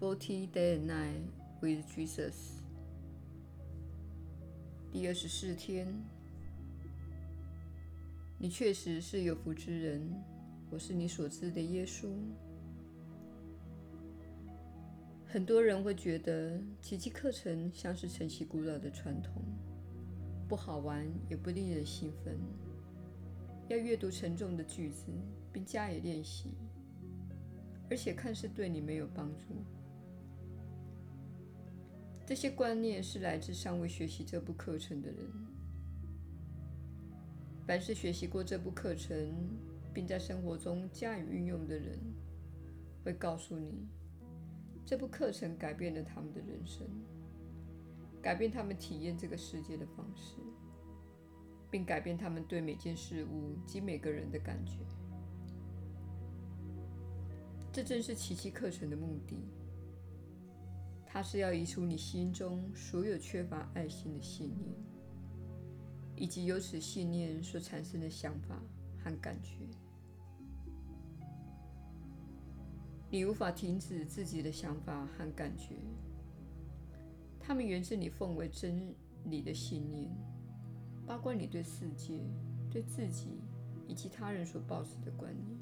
40 Day and Night with Jesus 第24天，你确实是有福之人，我是你所知的耶稣。很多人会觉得奇迹课程像是晨曦古老的传统，不好玩也不令人兴奋，要阅读沉重的句子并加以练习，而且看似对你没有帮助。这些观念是来自尚未学习这部课程的人。凡是学习过这部课程并在生活中加以运用的人，会告诉你，这部课程改变了他们的人生，改变他们体验这个世界的方式，并改变他们对每件事物及每个人的感觉。这正是奇迹课程的目的。它是要移除你心中所有缺乏爱心的信念，以及由此信念所产生的想法和感觉。你无法停止自己的想法和感觉，它们源自你奉为真理的信念，包括你对世界、对自己以及他人所抱持的观念。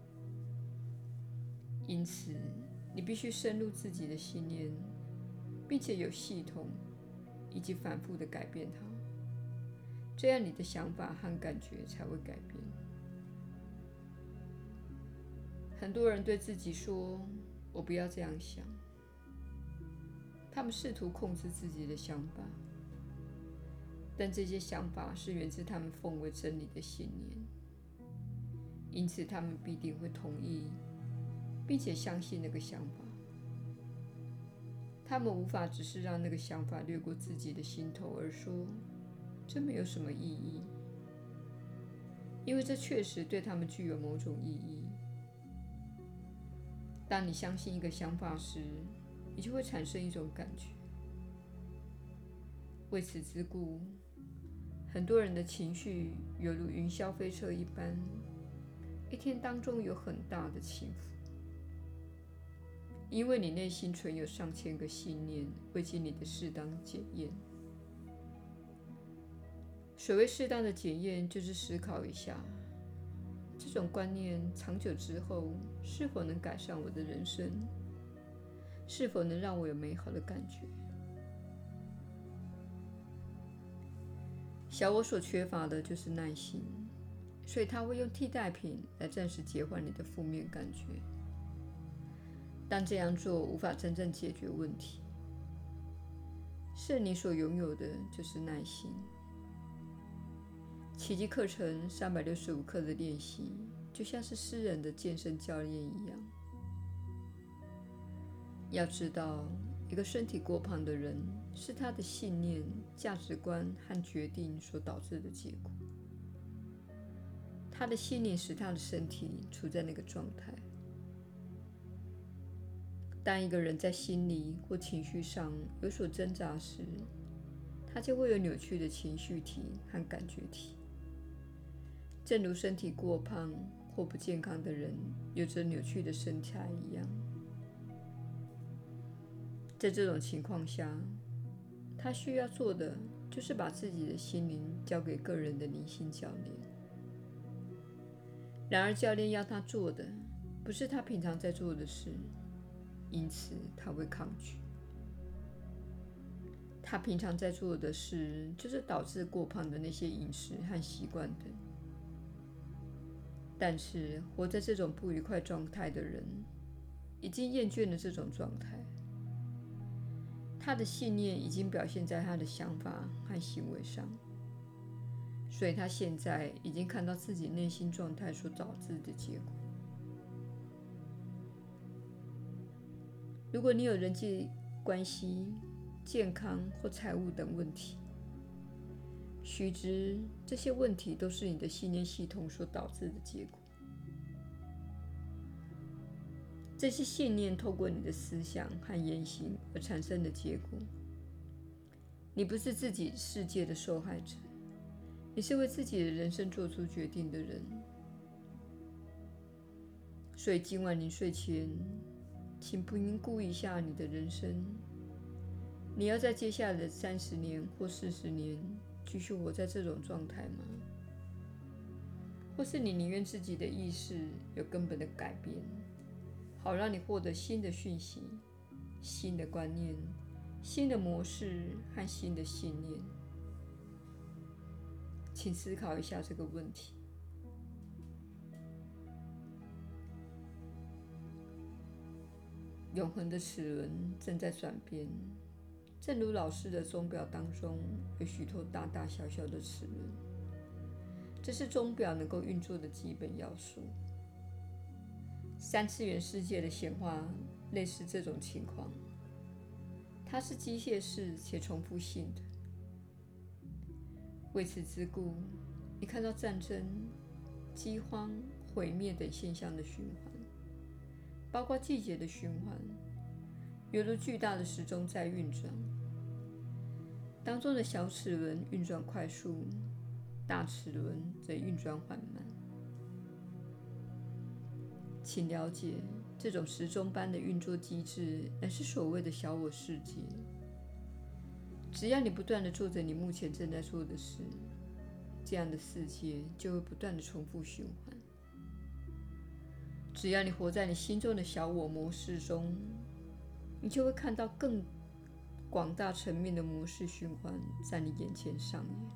因此，你必须深入自己的信念，并且有系统以及反复地改变它，这样你的想法和感觉才会改变。很多人对自己说：“我不要这样想。”他们试图控制自己的想法，但这些想法是源自他们奉为真理的信念，因此他们必定会同意并且相信那个想法。他们无法只是让那个想法掠过自己的心头而说这没有什么意义，因为这确实对他们具有某种意义。当你相信一个想法时，你就会产生一种感觉。为此之故，很多人的情绪犹如云霄飞车一般，一天当中有很大的起伏，因为你内心存有上千个信念未经你的适当检验。所谓适当的检验，就是思考一下，这种观念长久之后是否能改善我的人生，是否能让我有美好的感觉。小我所缺乏的就是耐心，所以他会用替代品来暂时解缓你的负面感觉，但这样做无法真正解决问题。是你所拥有的就是耐心。奇迹课程365课的练习，就像是私人的健身教练一样。要知道，一个身体过胖的人是他的信念、价值观和决定所导致的结果。他的信念使他的身体处在那个状态。当一个人在心理或情绪上有所挣扎时，他就会有扭曲的情绪体和感觉体。正如身体过胖或不健康的人有着扭曲的身材一样。在这种情况下，他需要做的就是把自己的心灵交给个人的灵性教练。然而，教练要他做的不是他平常在做的事，因此他会抗拒。他平常在做的事就是导致过胖的那些饮食和习惯等。但是，活在这种不愉快状态的人，已经厌倦了这种状态。他的信念已经表现在他的想法和行为上，所以他现在已经看到自己内心状态所导致的结果。如果你有人际关系、健康或财务等问题，须知这些问题都是你的信念系统所导致的结果。这些信念透过你的思想和言行而产生的结果。你不是自己世界的受害者，你是为自己的人生做出决定的人。所以今晚临睡前， 请评估一下你的人生。你要在接下来的30年或40年继续活在这种状态吗？或是你宁愿自己的意识有根本的改变，好让你获得新的讯息、新的观念、新的模式和新的信念？请思考一下这个问题。永恒的齿轮正在转变，正如老式的钟表当中有许多大大小小的齿轮，这是钟表能够运作的基本要素。三次元世界的显化类似这种情况，它是机械式且重复性的。为此之故，你看到战争、饥荒、毁灭等现象的循环，包括季节的循环，犹如巨大的时钟在运转，当中的小齿轮运转快速，大齿轮则运转缓慢。请了解，这种时钟般的运作机制乃是所谓的小我世界。只要你不断地做着你目前正在做的事，这样的世界就会不断地重复循环。只要你活在你心中的小我模式中，你就会看到更广大层面的模式循环在你眼前上演。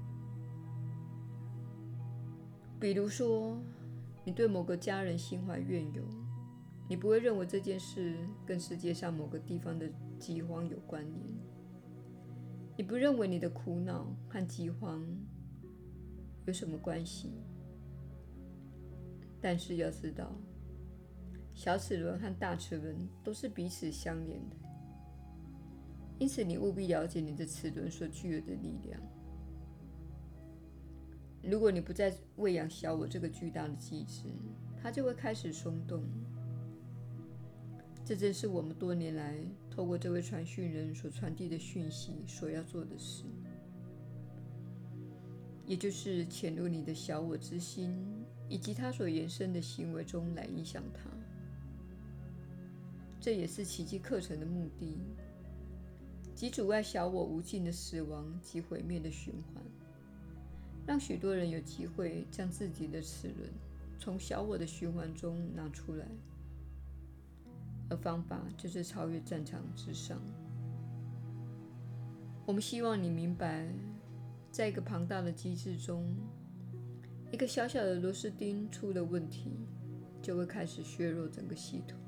比如说，你对某个家人心怀怨尤，你不会认为这件事跟世界上某个地方的饥荒有关联，你不认为你的苦恼和饥荒有什么关系。但是要知道，小齿轮和大齿轮都是彼此相连的，因此你务必了解你的齿轮所具有的力量。如果你不再喂养小我这个巨大的机制，它就会开始松动。这正是我们多年来透过这位传讯人所传递的讯息所要做的事，也就是潜入你的小我之心以及它所延伸的行为中来影响它。这也是奇迹课程的目的，即阻碍小我无尽的死亡及毁灭的循环，让许多人有机会将自己的齿轮从小我的循环中拿出来，而方法就是超越战场之上。我们希望你明白，在一个庞大的机制中，一个小小的螺丝钉出了问题，就会开始削弱整个系统。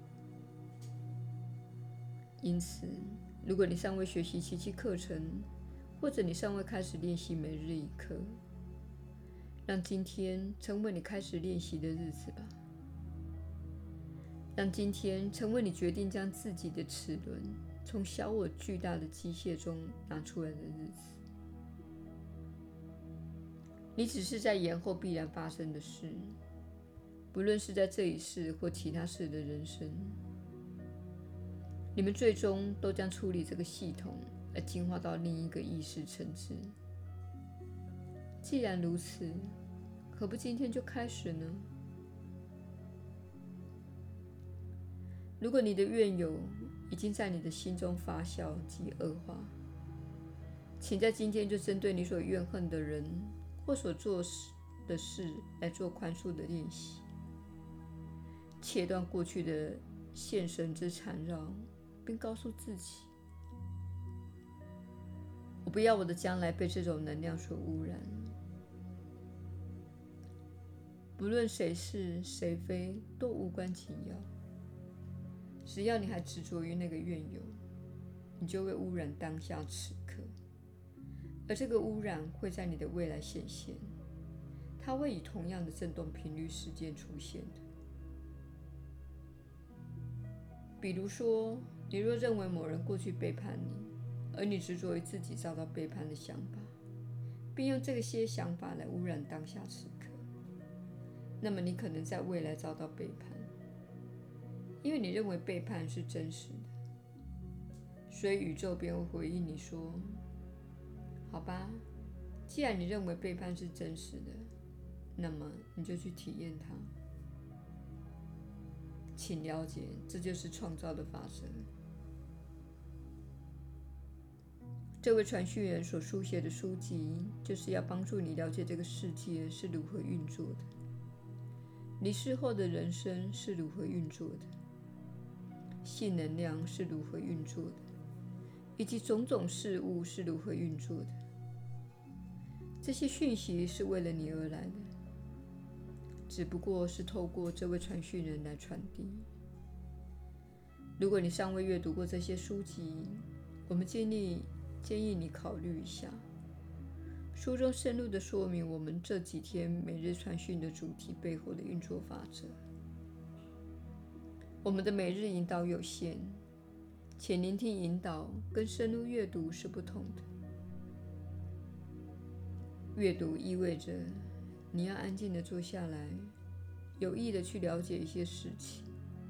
因此，如果你尚未学习奇迹课程，或者你尚未开始练习每日一课，让今天成为你开始练习的日子吧。让今天成为你决定将自己的齿轮从小我巨大的机械中拿出来的日子。你只是在延后必然发生的事，不论是在这一世或其他世的人生。你们最终都将处理这个系统，而进化到另一个意识层次。既然如此，何不今天就开始呢？如果你的怨尤已经在你的心中发酵及恶化，请在今天就针对你所怨恨的人或所做的事来做宽恕的练习，切断过去的现神之缠绕，并告诉自己：我不要我的将来被这种能量所污染。不论谁是谁非，都无关紧要。只要你还执着于那个怨尤，你就会污染当下此刻，而这个污染会在你的未来显现，它会以同样的振动频率事件出现的。比如说，你若认为某人过去背叛你，而你执着于自己遭到背叛的想法，并用这些想法来污染当下此刻，那么你可能在未来遭到背叛，因为你认为背叛是真实的，所以宇宙便会回应你说：好吧，既然你认为背叛是真实的，那么你就去体验它。 请了解，这就是创造的法则。这位传讯人所书写的书籍，就是要帮助你了解这个世界是如何运作的，离世后的人生是如何运作的，性能量是如何运作的，以及种种事物是如何运作的。这些讯息是为了你而来的，只不过是透过这位传讯人来传递。如果你尚未阅读过这些书籍，我们建议你考虑一下。书中深入地说明我们这几天每日传讯的主题背后的运作法则。我们的每日引导有限，且聆听引导跟深入阅读是不同的。阅读意味着你要安静地坐下来，有意地去了解一些事情。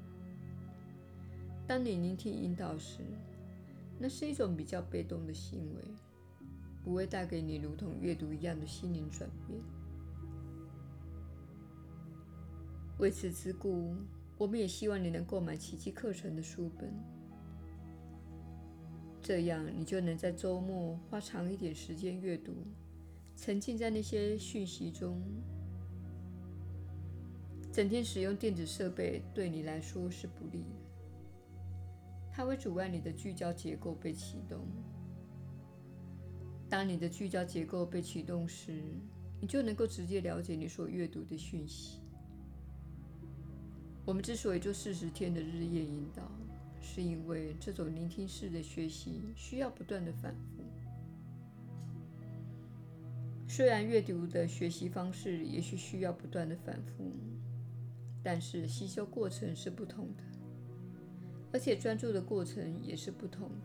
当你聆听引导时，那是一种比较被动的行为，不会带给你如同阅读一样的心灵转变。为此之故，我们也希望你能购买奇迹课程的书本，这样你就能在周末花长一点时间阅读，沉浸在那些讯息中。整天使用电子设备对你来说是不利的，它会阻碍你的聚焦结构被启动。当你的聚焦结构被启动时，你就能够直接了解你所阅读的讯息。我们之所以做40天的日夜引导，是因为这种聆听式的学习需要不断的反复。虽然阅读的学习方式也许需要不断的反复，但是吸收过程是不同的，而且专注的过程也是不同的。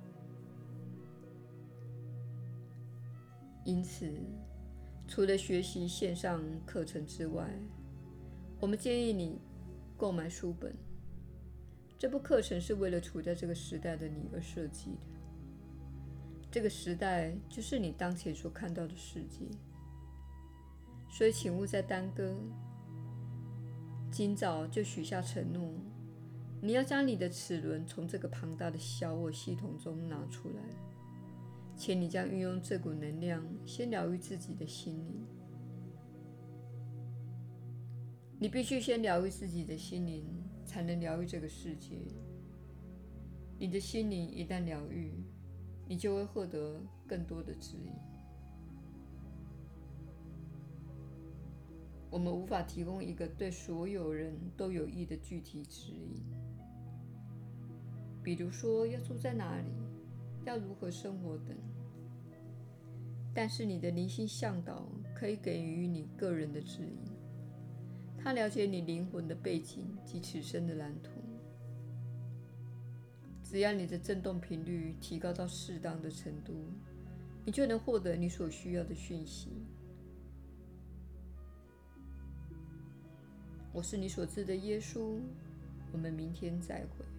因此，除了学习线上课程之外，我们建议你购买书本。这部课程是为了处在这个时代的你而设计的。这个时代就是你当前所看到的世界，所以请勿再耽搁。今早就许下承诺，你要将你的齿轮从这个庞大的小我系统中拿出来，且你将运用这股能量先疗愈自己的心灵。你必须先疗愈自己的心灵，才能疗愈这个世界。你的心灵一旦疗愈，你就会获得更多的指引。我们无法提供一个对所有人都有益的具体指引，比如说要住在哪里，要如何生活等。但是你的灵性向导可以给予你个人的指引，他了解你灵魂的背景及此生的蓝图。只要你的振动频率提高到适当的程度，你就能获得你所需要的讯息。我是你所知的耶稣，我们明天再会。